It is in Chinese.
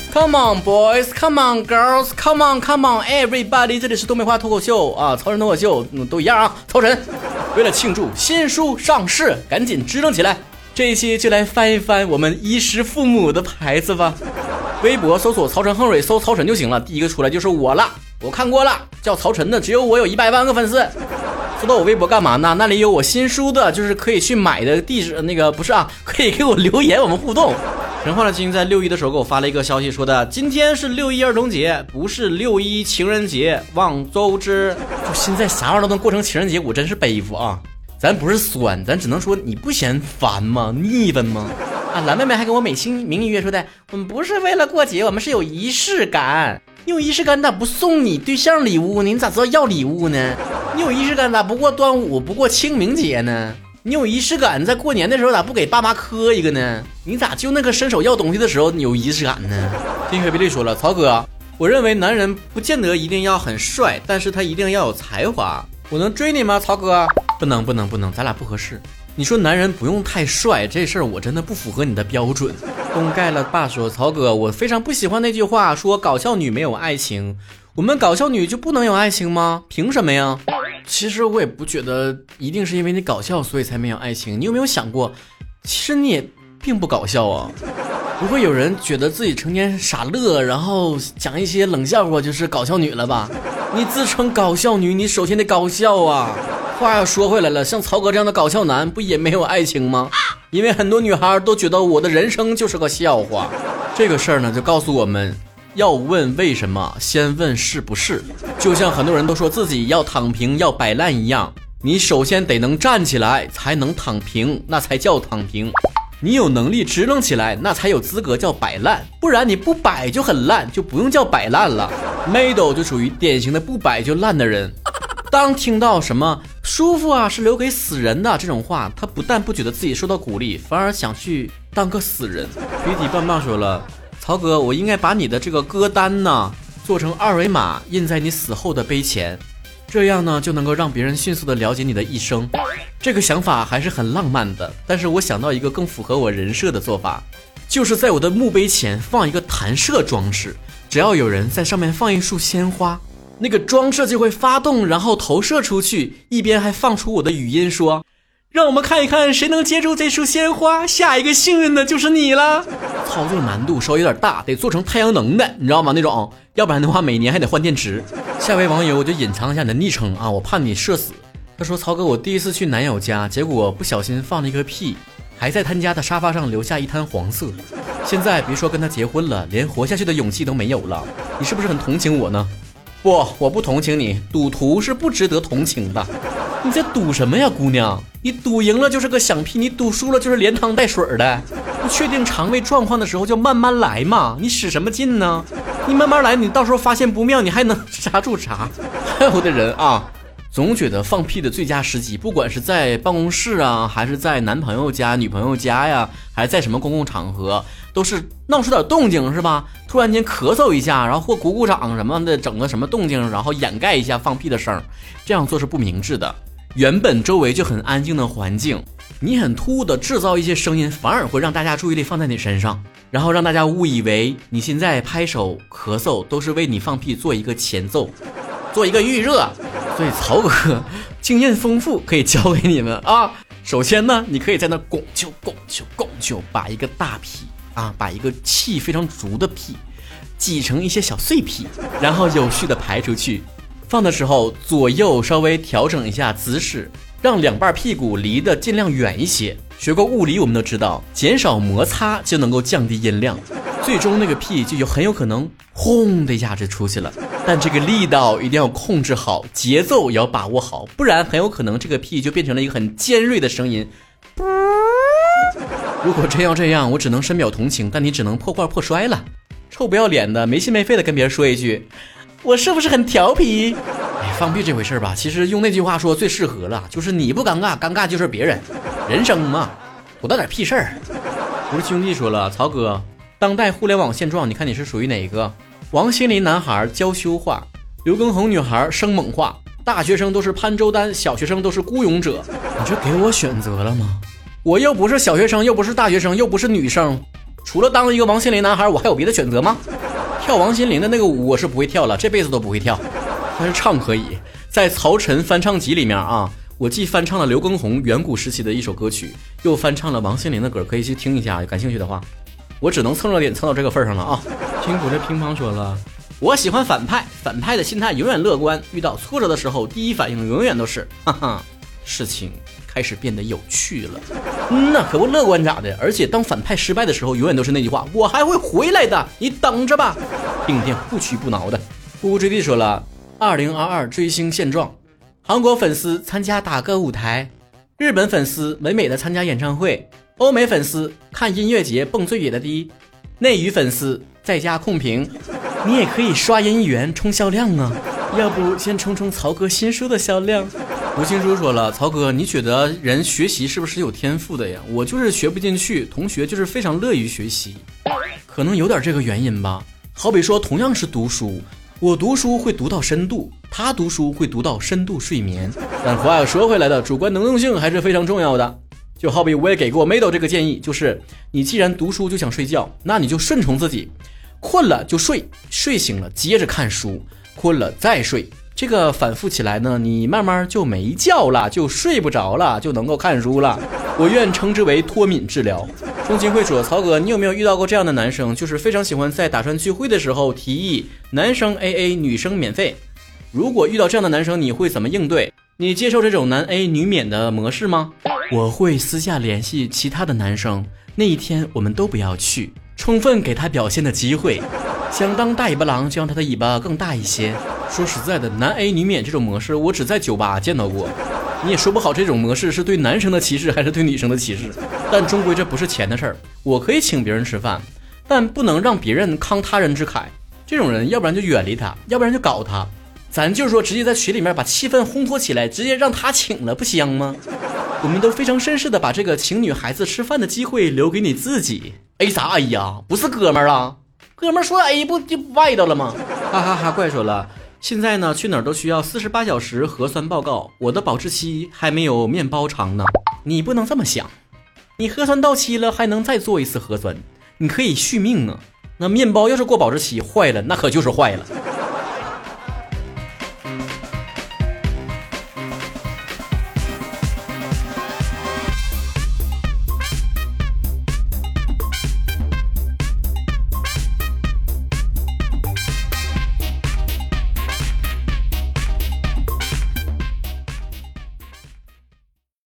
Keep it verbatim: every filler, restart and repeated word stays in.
Come on boys, come on girls, come on, come on everybody， 这里是东北话脱口秀啊，曹晨脱口秀、嗯、都一样啊。曹晨为了庆祝新书上市，赶紧支棱起来。这一期就来翻一翻我们衣食父母的牌子吧。微博搜索曹晨亨瑞，搜曹晨就行了，第一个出来就是我了。我看过了，叫曹晨的只有我有一百万个粉丝。搜到我微博干嘛呢？那里有我新书的，就是可以去买的地址，那个不是啊，可以给我留言，我们互动。神话的金在六一的时候给我发了一个消息，说的今天是六一儿童节，不是六一情人节，望周知。就现在啥玩意儿都能过成情人节，我真是佩服啊！咱不是酸，咱只能说你不嫌烦吗？腻歪吗？啊，蓝妹妹还给我美心明月说的，我们不是为了过节，我们是有仪式感。你有仪式感你咋不送你对象礼物呢？你咋知道要礼物呢？你有仪式感咋不过端午不过清明节呢？你有仪式感在过年的时候咋不给爸妈磕一个呢？你咋就那个伸手要东西的时候你有仪式感呢？金雪比利说了，曹哥，我认为男人不见得一定要很帅，但是他一定要有才华。我能追你吗，曹哥？不能不能不能，咱俩不合适。你说男人不用太帅，这事儿我真的不符合你的标准。东盖了爸说，曹哥，我非常不喜欢那句话，说搞笑女没有爱情。我们搞笑女就不能有爱情吗？凭什么呀？其实我也不觉得一定是因为你搞笑所以才没有爱情。你有没有想过，其实你也并不搞笑啊。不会有人觉得自己成天傻乐，然后讲一些冷笑话就是搞笑女了吧？你自称搞笑女，你首先得搞笑啊。话要说回来了，像曹哥这样的搞笑男不也没有爱情吗？因为很多女孩都觉得我的人生就是个笑话。这个事儿呢，就告诉我们要问为什么，先问是不是。就像很多人都说自己要躺平要摆烂一样，你首先得能站起来才能躺平，那才叫躺平。你有能力支棱起来，那才有资格叫摆烂，不然你不摆就很烂，就不用叫摆烂了。Mado 就属于典型的不摆就烂的人。当听到什么舒服啊是留给死人的这种话，他不但不觉得自己受到鼓励，反而想去当个死人。皮体棒棒说了，曹哥，我应该把你的这个歌单呢做成二维码印在你死后的碑前，这样呢就能够让别人迅速的了解你的一生。这个想法还是很浪漫的，但是我想到一个更符合我人设的做法，就是在我的墓碑前放一个弹射装饰，只要有人在上面放一束鲜花，那个装饰就会发动，然后投射出去，一边还放出我的语音说，让我们看一看谁能接住这束鲜花，下一个幸运的就是你了。操作难度稍微有点大，得做成太阳能的，你知道吗？那种，要不然的话每年还得换电池。下位网友，我就隐藏一下你的昵称啊，我怕你社死。他说，曹哥，我第一次去男友家，结果不小心放了一个屁，还在他家的沙发上留下一滩黄色。现在别说跟他结婚了，连活下去的勇气都没有了。你是不是很同情我呢？不，我不同情你，赌徒是不值得同情的。你在赌什么呀，姑娘？你赌赢了就是个响屁，你赌输了就是连汤带水的。不确定肠胃状况的时候就慢慢来嘛，你使什么劲呢？你慢慢来，你到时候发现不妙，你还能刹住啥？还有的人啊，总觉得放屁的最佳时机，不管是在办公室啊，还是在男朋友家、女朋友家呀，还是在什么公共场合，都是闹出点动静是吧？突然间咳嗽一下，然后或鼓鼓掌什么的，整个什么动静，然后掩盖一下放屁的声，这样做是不明智的。原本周围就很安静的环境，你很突兀的制造一些声音，反而会让大家注意力放在你身上，然后让大家误以为你现在拍手咳嗽都是为你放屁做一个前奏，做一个预热。所以曹哥经验丰富，可以教给你们啊。首先呢，你可以在那拱就拱就拱就把一个大屁啊，把一个气非常足的屁挤成一些小碎屁，然后有序的排出去。放的时候左右稍微调整一下姿势，让两半屁股离得尽量远一些。学过物理我们都知道，减少摩擦就能够降低音量，最终那个屁就有很有可能轰的一下子出去了。但这个力道一定要控制好，节奏也要把握好，不然很有可能这个屁就变成了一个很尖锐的声音。如果真要这样，我只能深表同情，但你只能破罐破摔了。臭不要脸的，没心没肺的跟别人说一句，我是不是很调皮？哎，放屁这回事吧，其实用那句话说最适合了，就是你不尴尬，尴尬就是别人。人生嘛，不到点屁事儿。不是兄弟说了，曹哥，当代互联网现状，你看你是属于哪个？王心凌男孩娇羞化，刘畊宏女孩生猛化，大学生都是潘周丹，小学生都是孤勇者。你这给我选择了吗？我又不是小学生，又不是大学生，又不是女生， 除了当一个王心凌男孩，我还有别的选择吗？跳王心凌的那个舞我是不会跳了，这辈子都不会跳。但是唱可以，在曹晨翻唱集里面啊，我既翻唱了刘畊宏远古时期的一首歌曲，又翻唱了王心凌的歌，可以去听一下，感兴趣的话。我只能蹭热点蹭到这个份上了啊！辛苦这乒乓说了，我喜欢反派，反派的心态永远乐观，遇到挫折的时候，第一反应永远都是哈哈，事情开始变得有趣了。嗯呐，可不乐观咋的？而且当反派失败的时候，永远都是那句话，我还会回来的，你等着吧。并且不屈不挠的。咕咕追地说了，二零二二追星现状：韩国粉丝参加打歌舞台，日本粉丝美美的参加演唱会，欧美粉丝看音乐节蹦最野的低，内娱粉丝在家控评。你也可以刷音源冲销量啊，要不先冲冲曹哥新书的销量。吴新书说了，曹哥，你觉得人学习是不是有天赋的呀？我就是学不进去，同学就是非常乐于学习，可能有点这个原因吧。好比说同样是读书，我读书会读到深度，他读书会读到深度睡眠。但话又说回来的，主观能动性还是非常重要的。就好比我也给过 Mado 这个建议，就是你既然读书就想睡觉，那你就顺从自己，困了就睡，睡醒了接着看书，困了再睡，这个反复起来呢，你慢慢就没觉了，就睡不着了，就能够看书了。我愿称之为脱敏治疗。钟金会说，曹哥，你有没有遇到过这样的男生，就是非常喜欢在打算聚会的时候提议男生 A A 女生免费？如果遇到这样的男生，你会怎么应对？你接受这种男 A 女免的模式吗？我会私下联系其他的男生，那一天我们都不要去，充分给他表现的机会。想当大尾巴狼，就让他的尾巴更大一些。说实在的，男 A 女免这种模式我只在酒吧见到过，你也说不好这种模式是对男生的歧视还是对女生的歧视。但终归这不是钱的事儿，我可以请别人吃饭，但不能让别人慷他人之慨。这种人要不然就远离他，要不然就搞他。咱就是说直接在群里面把气氛烘托起来，直接让他请了不香吗？我们都非常绅士的把这个请女孩子吃饭的机会留给你自己。A 啥 A 呀？不是哥们儿啊，哥们儿说 A 不就歪到了吗？哈哈哈，怪说了，现在呢去哪儿都需要四十八小时核酸报告，我的保质期还没有面包长呢。你不能这么想，你核酸到期了还能再做一次核酸，你可以续命啊。那面包要是过保质期坏了，那可就是坏了。